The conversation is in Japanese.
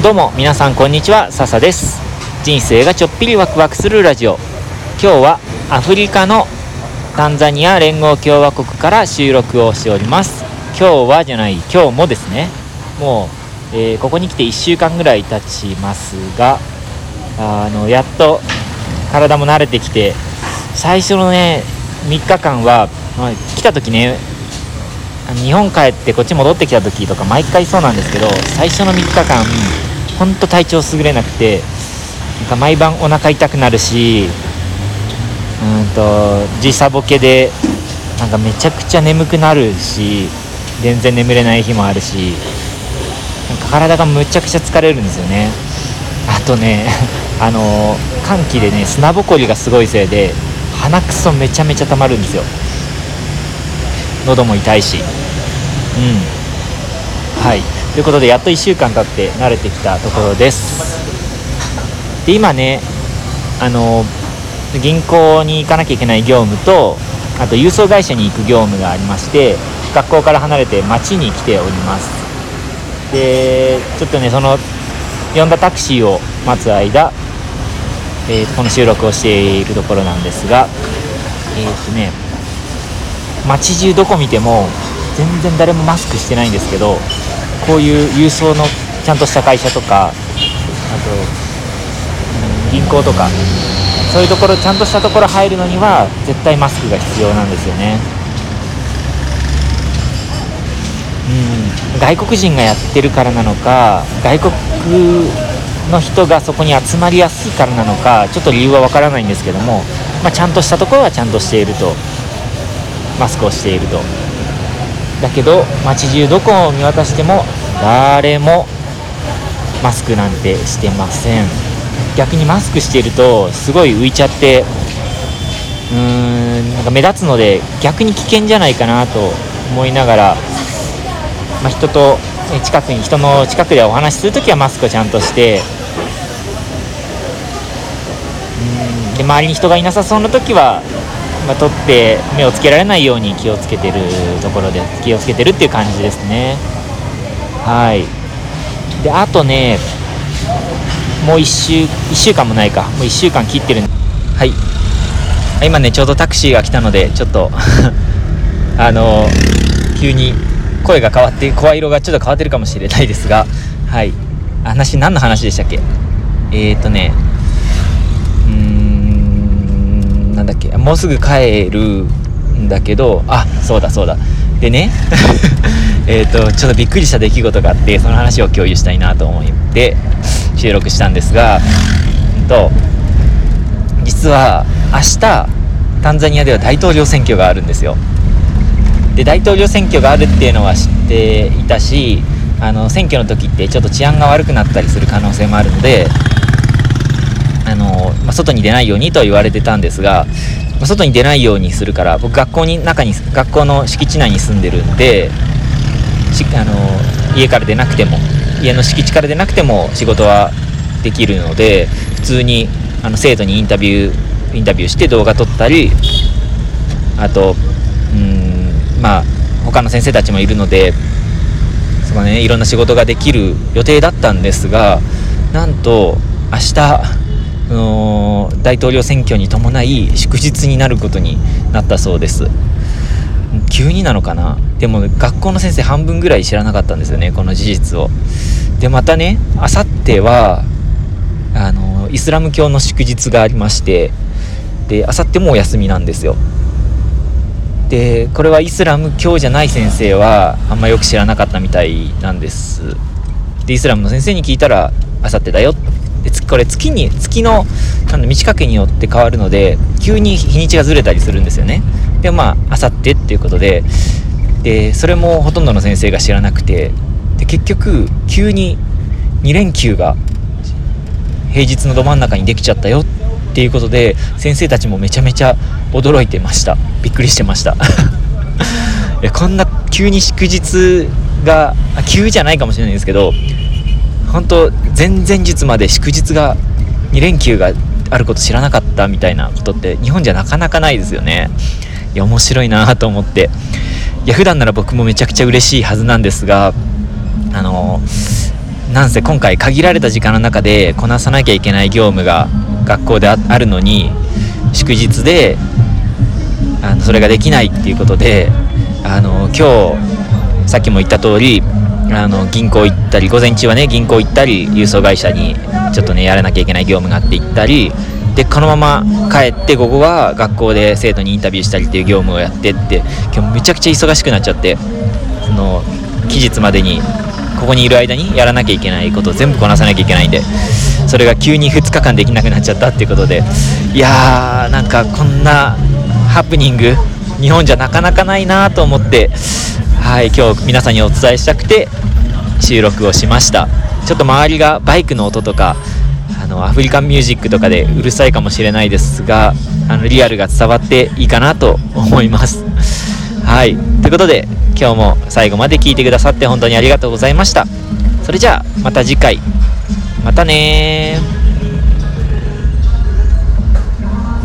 どうも皆さんこんにちは、笹です。人生がちょっぴりワクワクするラジオ。今日はアフリカのタンザニア連合共和国から収録をしております。今日もですね、もう、ここに来て1週間ぐらい経ちますが、やっと体も慣れてきて、最初のね3日間は、来た時ね、日本帰ってこっち戻ってきた時とか毎回そうなんですけど、最初の3日間ほんと体調優れなくて、なんか毎晩お腹痛くなるし、時差ボケでなんかめちゃくちゃ眠くなるし、全然眠れない日もあるし、なんか体がむちゃくちゃ疲れるんですよね。あとね寒気でね、砂ぼこりがすごいせいで鼻くそめちゃめちゃ溜まるんですよ。喉も痛いし、はい、ということでやっと1週間経って慣れてきたところです。で今ね、銀行に行かなきゃいけない業務と、あと郵送会社に行く業務がありまして、学校から離れて町に来ております。でちょっとね、その呼んだタクシーを待つ間、この収録をしているところなんですが、街中どこ見ても全然誰もマスクしてないんですけど、こういう郵送のちゃんとした会社とか、あと、銀行とか、そういうところ、ちゃんとしたところ入るのには絶対マスクが必要なんですよね。外国人がやってるからなのか、外国の人がそこに集まりやすいからなのか、ちょっと理由はわからないんですけども、ちゃんとしたところはちゃんとしていると、マスクをしていると。だけど街中どこを見渡しても誰もマスクなんてしてません。逆にマスクしているとすごい浮いちゃって、なんか目立つので逆に危険じゃないかなと思いながら、人の近くでお話しするときはマスクをちゃんとして、で周りに人がいなさそうなときは取って目をつけられないように気をつけてるっていう感じですね。はい。であとね、もう1週間もないか、もう1週間切ってる。はい。今ねちょうどタクシーが来たので、ちょっと急に声が変わって、声色がちょっと変わってるかもしれないですが、はい。何の話でしたっけ？なんだっけ、もうすぐ帰るんだけど、そうだでねちょっとびっくりした出来事があって、その話を共有したいなと思って収録したんですが、実は明日タンザニアでは大統領選挙があるんですよ。で大統領選挙があるっていうのは知っていたし、選挙の時ってちょっと治安が悪くなったりする可能性もあるので、外に出ないようにと言われてたんですが、外に出ないようにするから、僕学校の敷地内に住んでるんで、家から出なくても、家の敷地から出なくても仕事はできるので、普通に生徒にインタビューして動画撮ったり、あと他の先生たちもいるので、いろんな仕事ができる予定だったんですが、なんと明日大統領選挙に伴い祝日になることになったそうです。急になのかな。でも学校の先生半分ぐらい知らなかったんですよね、この事実を。でまたね、あさってはイスラム教の祝日がありまして、であさってもお休みなんですよ。でこれはイスラム教じゃない先生はあんまよく知らなかったみたいなんです。でイスラムの先生に聞いたら、あさってだよ。でこれ月の満ち欠けによって変わるので、急に日にちがずれたりするんですよね。であさってっていうことで、それもほとんどの先生が知らなくて、で結局急に2連休が平日のど真ん中にできちゃったよっていうことで、先生たちもめちゃめちゃ驚いてました。びっくりしてましたこんな急に祝日が急じゃないかもしれないですけど、本当前々日まで祝日が2連休があること知らなかったみたいなことって日本じゃなかなかないですよね。いや面白いなと思って、普段なら僕もめちゃくちゃ嬉しいはずなんですが、 なんせ今回限られた時間の中でこなさなきゃいけない業務が学校で あるのに、祝日でそれができないっていうことで、今日さっきも言った通り銀行行ったり、午前中はね銀行行ったり、郵送会社にちょっとねやらなきゃいけない業務があって行ったりで、このまま帰って午後は学校で生徒にインタビューしたりっていう業務をやってって、今日めちゃくちゃ忙しくなっちゃって、期日までにここにいる間にやらなきゃいけないことを全部こなさなきゃいけないんで、それが急に2日間できなくなっちゃったっていうことで、いやー、なんかこんなハプニング日本じゃなかなかないなと思って、はい、今日皆さんにお伝えしたくて収録をしました。ちょっと周りがバイクの音とかアフリカンミュージックとかでうるさいかもしれないですが、リアルが伝わっていいかなと思います。はい、ということで今日も最後まで聞いてくださって本当にありがとうございました。それじゃあまた次回、またね。